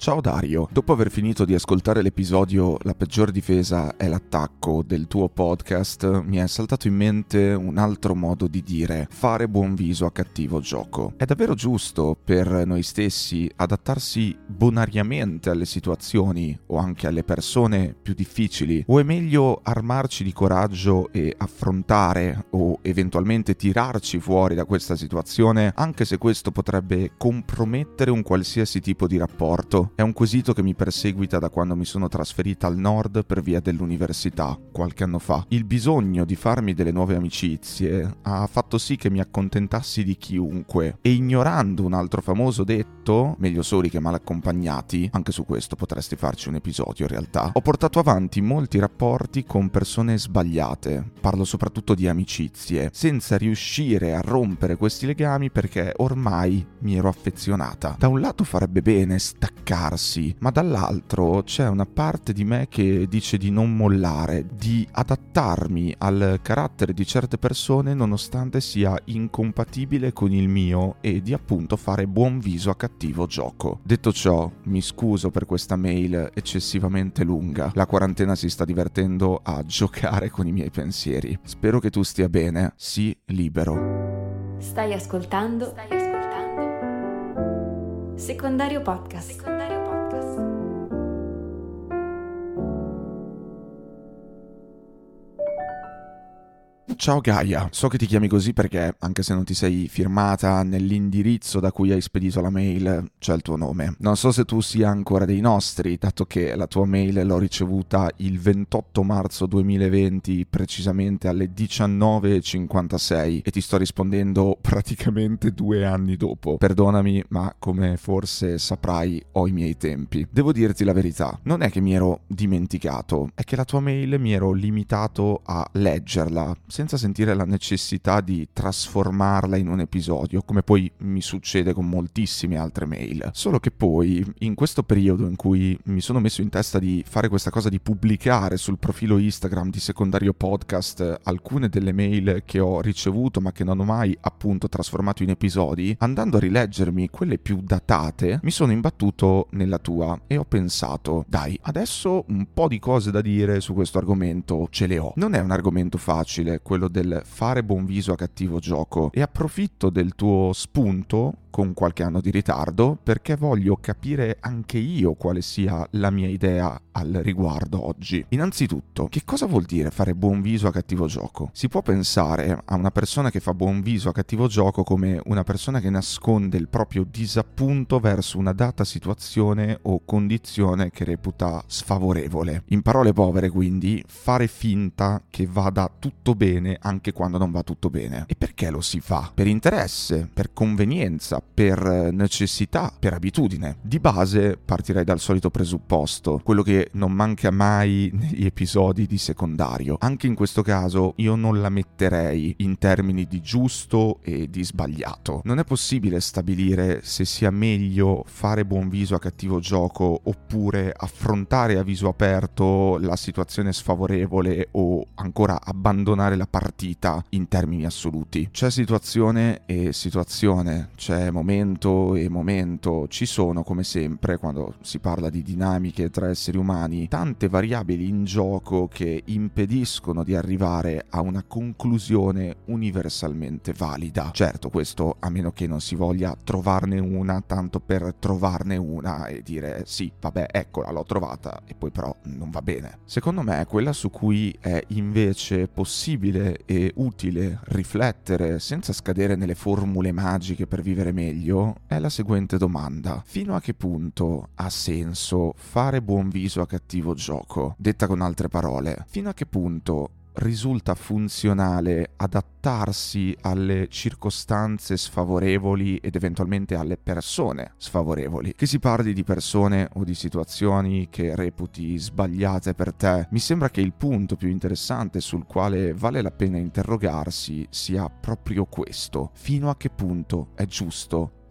Ciao Dario, dopo aver finito di ascoltare l'episodio La peggior difesa è l'attacco del tuo podcast, mi è saltato in mente un altro modo di dire fare buon viso a cattivo gioco. È davvero giusto per noi stessi adattarsi bonariamente alle situazioni o anche alle persone più difficili? O è meglio armarci di coraggio e affrontare o eventualmente tirarci fuori da questa situazione, anche se questo potrebbe compromettere un qualsiasi tipo di rapporto? È un quesito che mi perseguita da quando mi sono trasferita al nord per via dell'università, qualche anno fa. Il bisogno di farmi delle nuove amicizie ha fatto sì che mi accontentassi di chiunque, e ignorando un altro famoso detto, meglio soli che mal accompagnati, anche su questo potresti farci un episodio in realtà, ho portato avanti molti rapporti con persone sbagliate, parlo soprattutto di amicizie, senza riuscire a rompere questi legami perché ormai mi ero affezionata. Da un lato farebbe bene staccarsi, ma dall'altro c'è una parte di me che dice di non mollare, di adattarmi al carattere di certe persone nonostante sia incompatibile con il mio e di appunto fare buon viso a cattivo gioco. Detto ciò, mi scuso per questa mail eccessivamente lunga. La quarantena si sta divertendo a giocare con i miei pensieri. Spero che tu stia bene. Sii libero. Stai ascoltando Secondario Podcast. Ciao Gaia, so che ti chiami così perché, anche se non ti sei firmata, nell'indirizzo da cui hai spedito la mail c'è il tuo nome. Non so se tu sia ancora dei nostri, dato che la tua mail l'ho ricevuta il 28 marzo 2020, precisamente alle 19:56, e ti sto rispondendo praticamente 2 anni dopo. Perdonami, ma come forse saprai ho i miei tempi. Devo dirti la verità, non è che mi ero dimenticato, è che la tua mail mi ero limitato a leggerla, senza sentire la necessità di trasformarla in un episodio, come poi mi succede con moltissime altre mail. Solo che poi, in questo periodo in cui mi sono messo in testa di fare questa cosa di pubblicare sul profilo Instagram di Secondario Podcast alcune delle mail che ho ricevuto ma che non ho mai appunto trasformato in episodi, andando a rileggermi quelle più datate, mi sono imbattuto nella tua e ho pensato, dai, adesso un po' di cose da dire su questo argomento ce le ho. Non è un argomento facile, quello del fare buon viso a cattivo gioco, e approfitto del tuo spunto con qualche anno di ritardo perché voglio capire anche io quale sia la mia idea al riguardo oggi. Innanzitutto, che cosa vuol dire fare buon viso a cattivo gioco? Si può pensare a una persona che fa buon viso a cattivo gioco come una persona che nasconde il proprio disappunto verso una data situazione o condizione che reputa sfavorevole. In parole povere, quindi, fare finta che vada tutto bene anche quando non va tutto bene. E perché lo si fa? Per interesse, per convenienza, per necessità, per abitudine. Di base partirei dal solito presupposto, quello che non manca mai negli episodi di Secondario. Anche in questo caso io non la metterei in termini di giusto e di sbagliato. Non è possibile stabilire se sia meglio fare buon viso a cattivo gioco oppure affrontare a viso aperto la situazione sfavorevole o ancora abbandonare la partita in termini assoluti. C'è situazione e situazione, c'è momento e momento. Ci sono, come sempre quando si parla di dinamiche tra esseri umani, tante variabili in gioco che impediscono di arrivare a una conclusione universalmente valida. Certo, questo a meno che non si voglia trovarne una tanto per trovarne una e dire sì, vabbè, eccola, l'ho trovata, e poi però non va bene. Secondo me quella su cui è invece possibile e utile riflettere senza scadere nelle formule magiche per vivere meglio è la seguente domanda: fino a che punto ha senso fare buon viso a cattivo gioco? Detta con altre parole, fino a che punto risulta funzionale adattarsi alle circostanze sfavorevoli ed eventualmente alle persone sfavorevoli? Che si parli di persone o di situazioni che reputi sbagliate per te, mi sembra che il punto più interessante sul quale vale la pena interrogarsi sia proprio questo: fino a che punto è giusto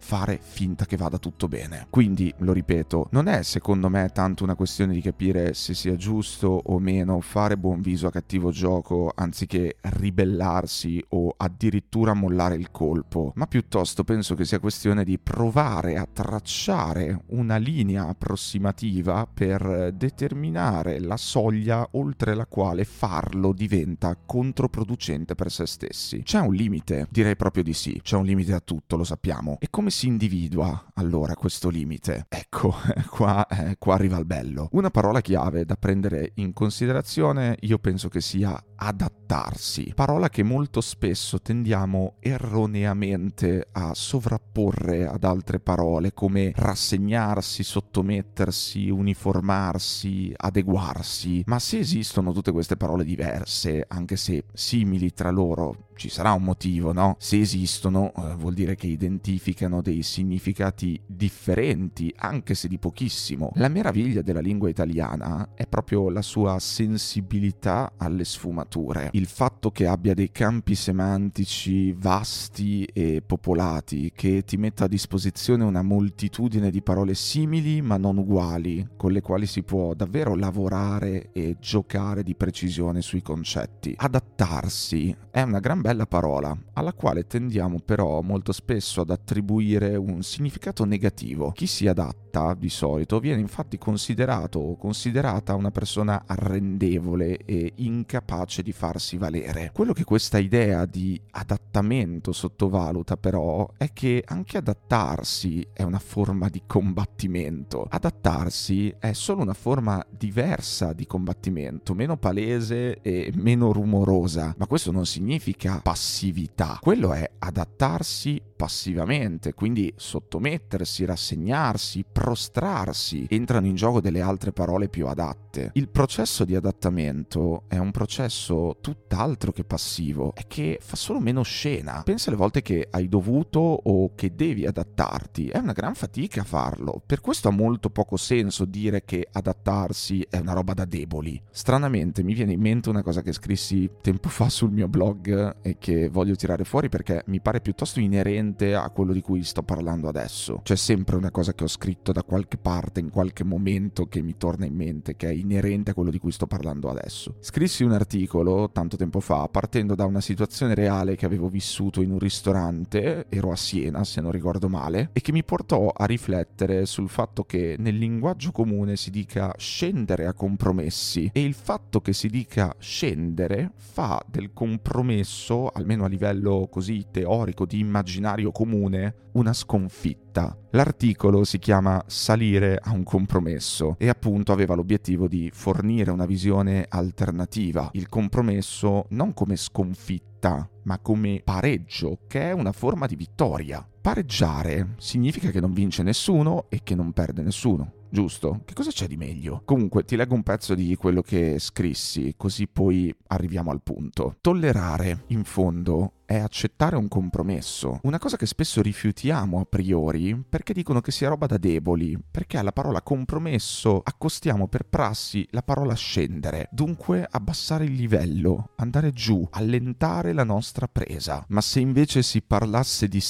fare finta che vada tutto bene. Quindi, lo ripeto, non è secondo me tanto una questione di capire se sia giusto o meno fare buon viso a cattivo gioco anziché ribellarsi o addirittura mollare il colpo, ma piuttosto penso che sia questione di provare a tracciare una linea approssimativa per determinare la soglia oltre la quale farlo diventa controproducente per se stessi. C'è un limite? Direi proprio di sì, c'è un limite a tutto, lo sappiamo. E come si individua allora questo limite? Ecco, qua arriva il bello. Una parola chiave da prendere in considerazione io penso che sia adattarsi, parola che molto spesso tendiamo erroneamente a sovrapporre ad altre parole come rassegnarsi, sottomettersi, uniformarsi, adeguarsi, ma se esistono tutte queste parole diverse, anche se simili tra loro, ci sarà un motivo, no? Se esistono, vuol dire che identificano dei significati differenti, anche se di pochissimo. La meraviglia della lingua italiana è proprio la sua sensibilità alle sfumature, il fatto che abbia dei campi semantici vasti e popolati, che ti metta a disposizione una moltitudine di parole simili ma non uguali, con le quali si può davvero lavorare e giocare di precisione sui concetti. Adattarsi è una gran bella parola, alla quale tendiamo però molto spesso ad attribuire un significato negativo. Chi si adatta, di solito, viene infatti considerato o considerata una persona arrendevole e incapace di farsi valere. Quello che questa idea di adattamento sottovaluta però è che anche adattarsi è una forma di combattimento. Adattarsi è solo una forma diversa di combattimento, meno palese e meno rumorosa, ma questo non significa passività. Quello è adattarsi passivamente, quindi sottomettersi, rassegnarsi, prostrarsi. Entrano in gioco delle altre parole più adatte. Il processo di adattamento è un processo tutt'altro che passivo, è che fa solo meno scena. Pensa alle volte che hai dovuto o che devi adattarti, è una gran fatica farlo. Per questo ha molto poco senso dire che adattarsi è una roba da deboli. Stranamente mi viene in mente una cosa che scrissi tempo fa sul mio blog e che voglio tirare fuori perché mi pare piuttosto inerente a quello di cui sto parlando adesso. C'è sempre una cosa che ho scritto da qualche parte in qualche momento che mi torna in mente, che è inerente a quello di cui sto parlando adesso. Scrissi un articolo tanto tempo fa partendo da una situazione reale che avevo vissuto in un ristorante, ero a Siena se non ricordo male, e che mi portò a riflettere sul fatto che nel linguaggio comune si dica scendere a compromessi, e il fatto che si dica scendere fa del compromesso, almeno a livello così teorico di immaginario comune, una sconfitta. L'articolo si chiama Salire a un compromesso e appunto aveva l'obiettivo di fornire una visione alternativa, il compromesso non come sconfitta ma come pareggio, che è una forma di vittoria. Pareggiare significa che non vince nessuno e che non perde nessuno, giusto? Che cosa c'è di meglio? Comunque ti leggo un pezzo di quello che scrissi, così poi arriviamo al punto. Tollerare, in fondo, è accettare un compromesso, una cosa che spesso rifiutiamo a priori perché dicono che sia roba da deboli, perché alla parola compromesso accostiamo per prassi la parola scendere, dunque abbassare il livello, andare giù, allentare la nostra presa. Ma se invece si parlasse di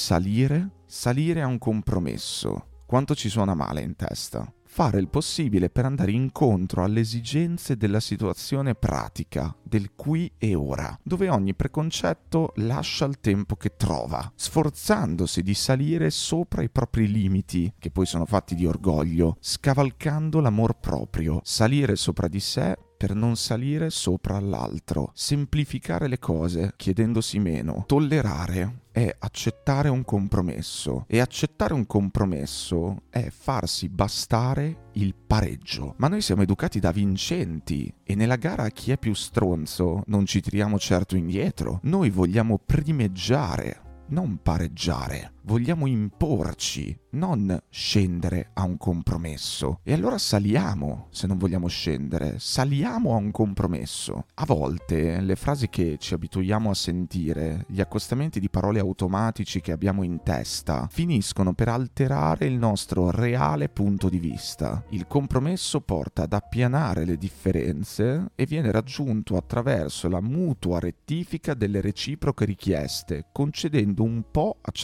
salire a un compromesso, quanto ci suona male in testa? Fare il possibile per andare incontro alle esigenze della situazione pratica, del qui e ora, dove ogni preconcetto lascia il tempo che trova, sforzandosi di salire sopra i propri limiti, che poi sono fatti di orgoglio, scavalcando l'amor proprio, salire sopra di sé per non salire sopra all'altro, semplificare le cose chiedendosi meno, tollerare è accettare un compromesso e accettare un compromesso è farsi bastare il pareggio. Ma noi siamo educati da vincenti e nella gara a chi è più stronzo non ci tiriamo certo indietro. Noi vogliamo primeggiare, non pareggiare. Vogliamo imporci, non scendere a un compromesso. E allora saliamo, se non vogliamo scendere, saliamo a un compromesso. A volte le frasi che ci abituiamo a sentire, gli accostamenti di parole automatici che abbiamo in testa, finiscono per alterare il nostro reale punto di vista. Il compromesso porta ad appianare le differenze e viene raggiunto attraverso la mutua rettifica delle reciproche richieste, concedendo un po' a ciascuna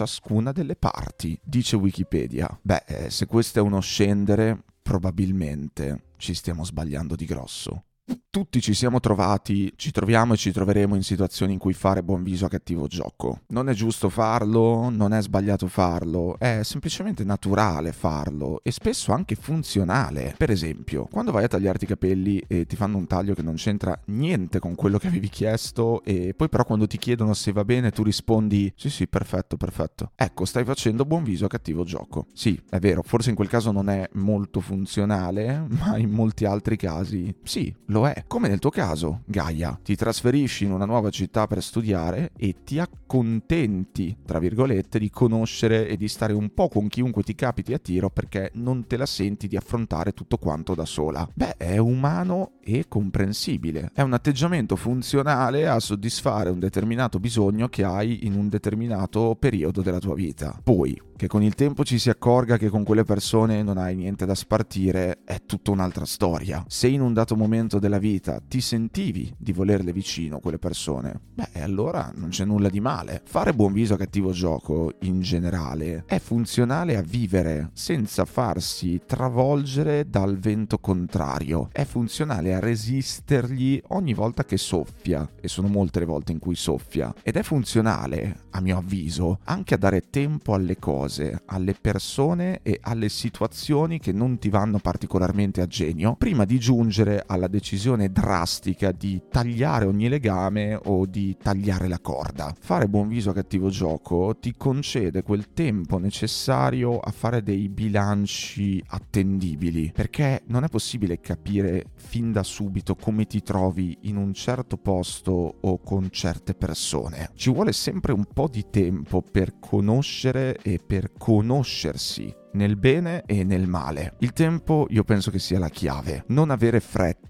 nessuna delle parti, dice Wikipedia. Se questo è uno scendere, probabilmente ci stiamo sbagliando di grosso. Tutti ci siamo trovati, ci troviamo e ci troveremo in situazioni in cui fare buon viso a cattivo gioco. Non è giusto farlo, non è sbagliato farlo, è semplicemente naturale farlo e spesso anche funzionale. Per esempio, quando vai a tagliarti i capelli e ti fanno un taglio che non c'entra niente con quello che avevi chiesto e poi però quando ti chiedono se va bene tu rispondi sì, perfetto. Ecco, stai facendo buon viso a cattivo gioco. Sì, è vero, forse in quel caso non è molto funzionale, ma in molti altri casi sì, lo è. Come nel tuo caso, Gaia, ti trasferisci in una nuova città per studiare e ti accontenti, tra virgolette, di conoscere e di stare un po' con chiunque ti capiti a tiro perché non te la senti di affrontare tutto quanto da sola. È umano e comprensibile. È un atteggiamento funzionale a soddisfare un determinato bisogno che hai in un determinato periodo della tua vita. Poi, che con il tempo ci si accorga che con quelle persone non hai niente da spartire è tutta un'altra storia. Se in un dato momento della vita ti sentivi di volerle vicino quelle persone, allora non c'è nulla di male. Fare buon viso a cattivo gioco in generale è funzionale a vivere senza farsi travolgere dal vento contrario. È funzionale a resistergli ogni volta che soffia, e sono molte le volte in cui soffia, ed è funzionale, a mio avviso, anche a dare tempo alle cose, alle persone e alle situazioni che non ti vanno particolarmente a genio, prima di giungere alla decisione drastica di tagliare ogni legame o di tagliare la corda. Fare buon viso a cattivo gioco ti concede quel tempo necessario a fare dei bilanci attendibili, perché non è possibile capire fin da subito come ti trovi in un certo posto o con certe persone. Ci vuole sempre un po' di tempo per conoscere e per conoscersi nel bene e nel male. Il tempo io penso che sia la chiave. Non avere fretta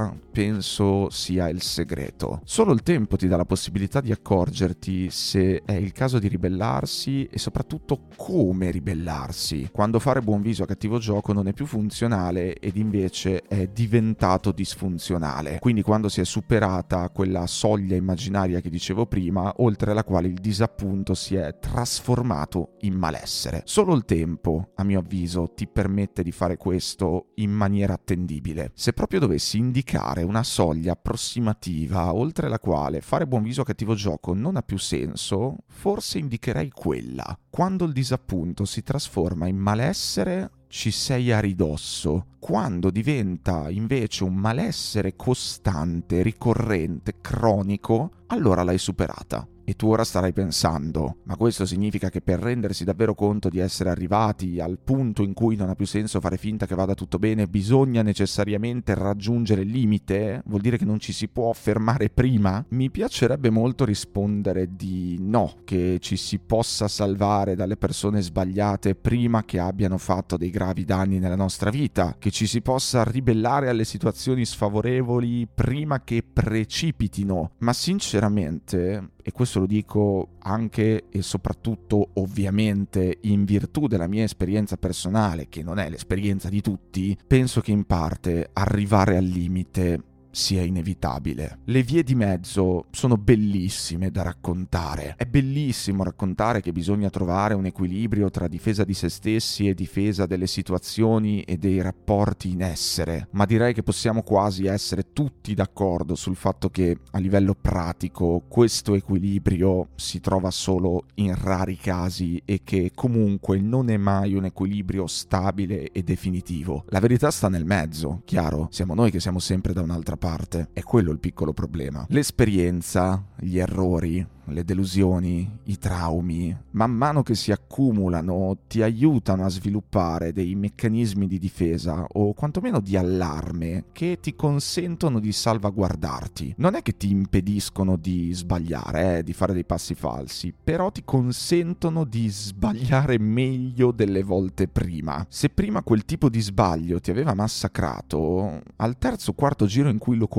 penso sia il segreto. Solo il tempo ti dà la possibilità di accorgerti se è il caso di ribellarsi e soprattutto come ribellarsi. Quando fare buon viso a cattivo gioco non è più funzionale ed invece è diventato disfunzionale. Quindi quando si è superata quella soglia immaginaria che dicevo prima, oltre la quale il disappunto si è trasformato in malessere. Solo il tempo, a mio avviso, ti permette di fare questo in maniera attendibile. Se proprio dovessi indicare una soglia approssimativa oltre la quale fare buon viso a cattivo gioco non ha più senso, forse indicherei quella. Quando il disappunto si trasforma in malessere, ci sei a ridosso. Quando diventa invece un malessere costante, ricorrente, cronico, allora l'hai superata. E tu ora starai pensando, ma questo significa che per rendersi davvero conto di essere arrivati al punto in cui non ha più senso fare finta che vada tutto bene, bisogna necessariamente raggiungere il limite? Vuol dire che non ci si può fermare prima? Mi piacerebbe molto rispondere di no, che ci si possa salvare dalle persone sbagliate prima che abbiano fatto dei gravi danni nella nostra vita, che ci si possa ribellare alle situazioni sfavorevoli prima che precipitino, ma sinceramente, e questo lo dico anche e soprattutto ovviamente in virtù della mia esperienza personale, che non è l'esperienza di tutti, penso che in parte arrivare al limite sia inevitabile. Le vie di mezzo sono bellissime da raccontare. È bellissimo raccontare che bisogna trovare un equilibrio tra difesa di se stessi e difesa delle situazioni e dei rapporti in essere, ma direi che possiamo quasi essere tutti d'accordo sul fatto che a livello pratico questo equilibrio si trova solo in rari casi e che comunque non è mai un equilibrio stabile e definitivo. La verità sta nel mezzo, chiaro, siamo noi che siamo sempre da un'altra parte. È quello il piccolo problema. L'esperienza, gli errori, le delusioni, i traumi, man mano che si accumulano, ti aiutano a sviluppare dei meccanismi di difesa o quantomeno di allarme che ti consentono di salvaguardarti. Non è che ti impediscono di sbagliare, di fare dei passi falsi, però ti consentono di sbagliare meglio delle volte prima. Se prima quel tipo di sbaglio ti aveva massacrato, al terzo o quarto giro in cui lo commetti,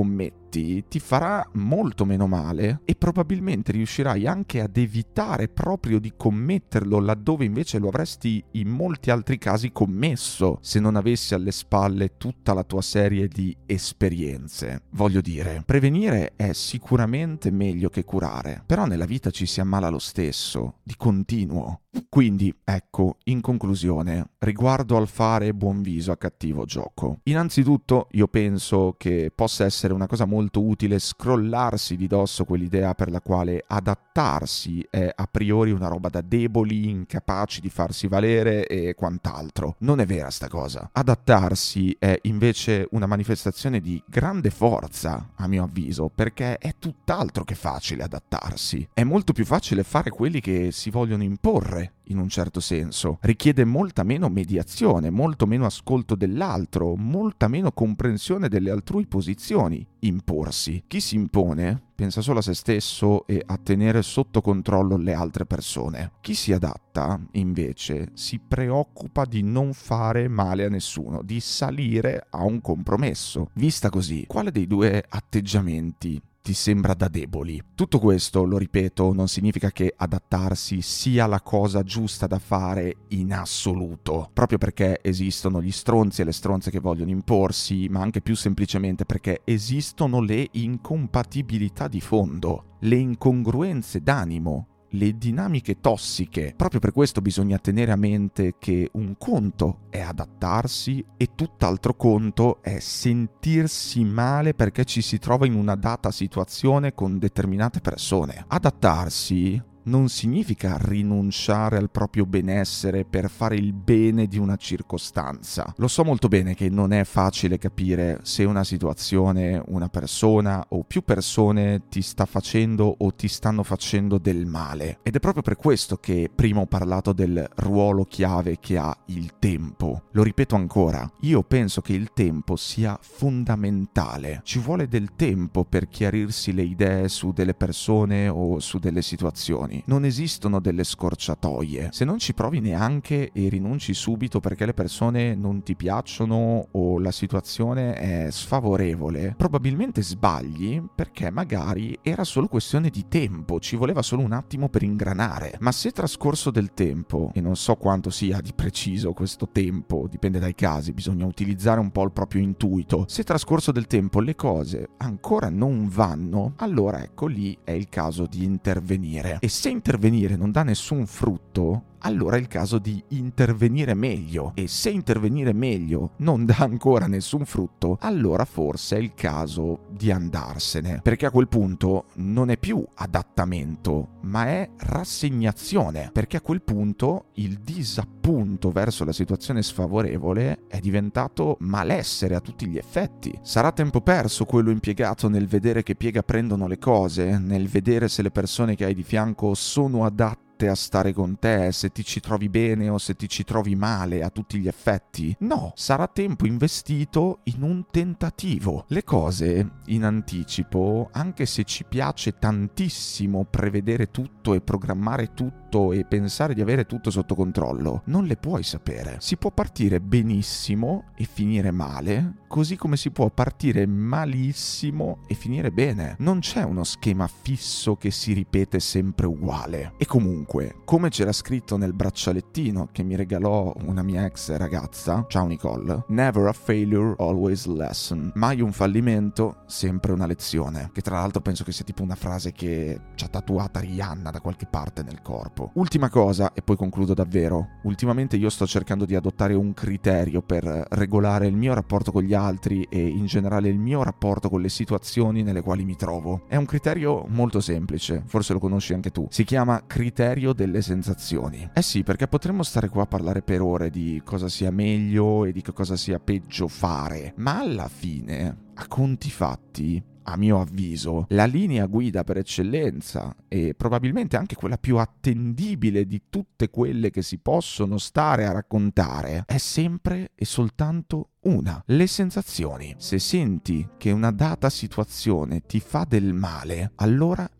effetti ti farà molto meno male e probabilmente riuscirai anche ad evitare proprio di commetterlo laddove invece lo avresti in molti altri casi commesso se non avessi alle spalle tutta la tua serie di esperienze. Voglio dire, prevenire è sicuramente meglio che curare, però nella vita ci si ammala lo stesso, di continuo. Quindi, ecco, in conclusione, riguardo al fare buon viso a cattivo gioco. Innanzitutto, io penso che possa essere una cosa molto utile scrollarsi di dosso quell'idea per la quale adattarsi è a priori una roba da deboli, incapaci di farsi valere e quant'altro. Non è vera sta cosa. Adattarsi è invece una manifestazione di grande forza, a mio avviso, perché è tutt'altro che facile adattarsi. È molto più facile fare quelli che si vogliono imporre, in un certo senso. Richiede molta meno mediazione, molto meno ascolto dell'altro, molta meno comprensione delle altrui posizioni. Imporsi. Chi si impone pensa solo a se stesso e a tenere sotto controllo le altre persone. Chi si adatta, invece, si preoccupa di non fare male a nessuno, di salire a un compromesso. Vista così, quale dei due atteggiamenti ti sembra da deboli? Tutto questo, lo ripeto, non significa che adattarsi sia la cosa giusta da fare in assoluto, proprio perché esistono gli stronzi e le stronze che vogliono imporsi, ma anche più semplicemente perché esistono le incompatibilità di fondo, le incongruenze d'animo, le dinamiche tossiche. Proprio per questo bisogna tenere a mente che un conto è adattarsi e tutt'altro conto è sentirsi male perché ci si trova in una data situazione con determinate persone. Adattarsi non significa rinunciare al proprio benessere per fare il bene di una circostanza. Lo so molto bene che non è facile capire se una situazione, una persona o più persone ti sta facendo o ti stanno facendo del male. Ed è proprio per questo che prima ho parlato del ruolo chiave che ha il tempo. Lo ripeto ancora, io penso che il tempo sia fondamentale. Ci vuole del tempo per chiarirsi le idee su delle persone o su delle situazioni. Non esistono delle scorciatoie. Se non ci provi neanche e rinunci subito perché le persone non ti piacciono o la situazione è sfavorevole, probabilmente sbagli perché magari era solo questione di tempo, ci voleva solo un attimo per ingranare. Ma se trascorso del tempo, e non so quanto sia di preciso questo tempo, dipende dai casi, bisogna utilizzare un po' il proprio intuito, se trascorso del tempo le cose ancora non vanno, allora ecco lì è il caso di intervenire. E se intervenire non dà nessun frutto, allora è il caso di intervenire meglio. E se intervenire meglio non dà ancora nessun frutto, allora forse è il caso di andarsene. Perché a quel punto non è più adattamento, ma è rassegnazione. Perché a quel punto il disappunto verso la situazione sfavorevole è diventato malessere a tutti gli effetti. Sarà tempo perso quello impiegato nel vedere che piega prendono le cose, nel vedere se le persone che hai di fianco sono adatte a stare con te, se ti ci trovi bene o se ti ci trovi male a tutti gli effetti. No, sarà tempo investito in un tentativo. Le cose in anticipo, anche se ci piace tantissimo prevedere tutto e programmare tutto e pensare di avere tutto sotto controllo, non le puoi sapere. Si può partire benissimo e finire male, così come si può partire malissimo e finire bene. Non c'è uno schema fisso che si ripete sempre uguale. E comunque, come c'era scritto nel braccialettino che mi regalò una mia ex ragazza, ciao Nicole, never a failure, always a lesson. Mai un fallimento, sempre una lezione. Che tra l'altro penso che sia tipo una frase che ci ha tatuata Rihanna da qualche parte nel corpo. Ultima cosa, e poi concludo davvero. Ultimamente io sto cercando di adottare un criterio per regolare il mio rapporto con gli altri e in generale il mio rapporto con le situazioni nelle quali mi trovo. È un criterio molto semplice, forse lo conosci anche tu. Si chiama criterio delle sensazioni. Eh sì, perché potremmo stare qua a parlare per ore di cosa sia meglio e di che cosa sia peggio fare, ma alla fine, a conti fatti, a mio avviso, la linea guida per eccellenza e probabilmente anche quella più attendibile di tutte quelle che si possono stare a raccontare è sempre e soltanto una: le sensazioni. Se senti che una data situazione ti fa del male, allora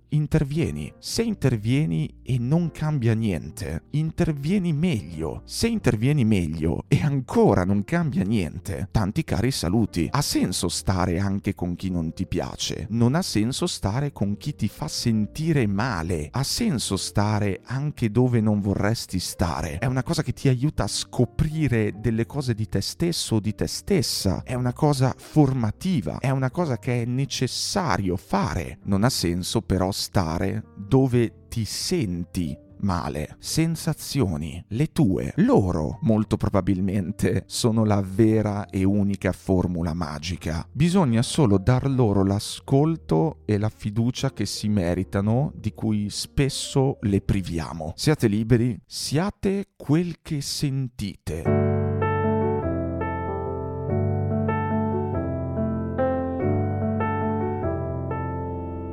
intervieni. Se intervieni e non cambia niente, intervieni meglio. Se intervieni meglio e ancora non cambia niente, tanti cari saluti. Ha senso stare anche con chi non ti piace, non ha senso stare con chi ti fa sentire male, ha senso stare anche dove non vorresti stare. È una cosa che ti aiuta a scoprire delle cose di te stesso o di te stessa, è una cosa formativa, è una cosa che è necessario fare. Non ha senso però stare dove ti senti male. Sensazioni, le tue, loro molto probabilmente sono la vera e unica formula magica. Bisogna solo dar loro l'ascolto e la fiducia che si meritano, di cui spesso le priviamo. Siate liberi, siate quel che sentite.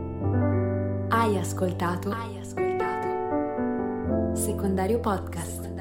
Hai ascoltato Secondario Podcast.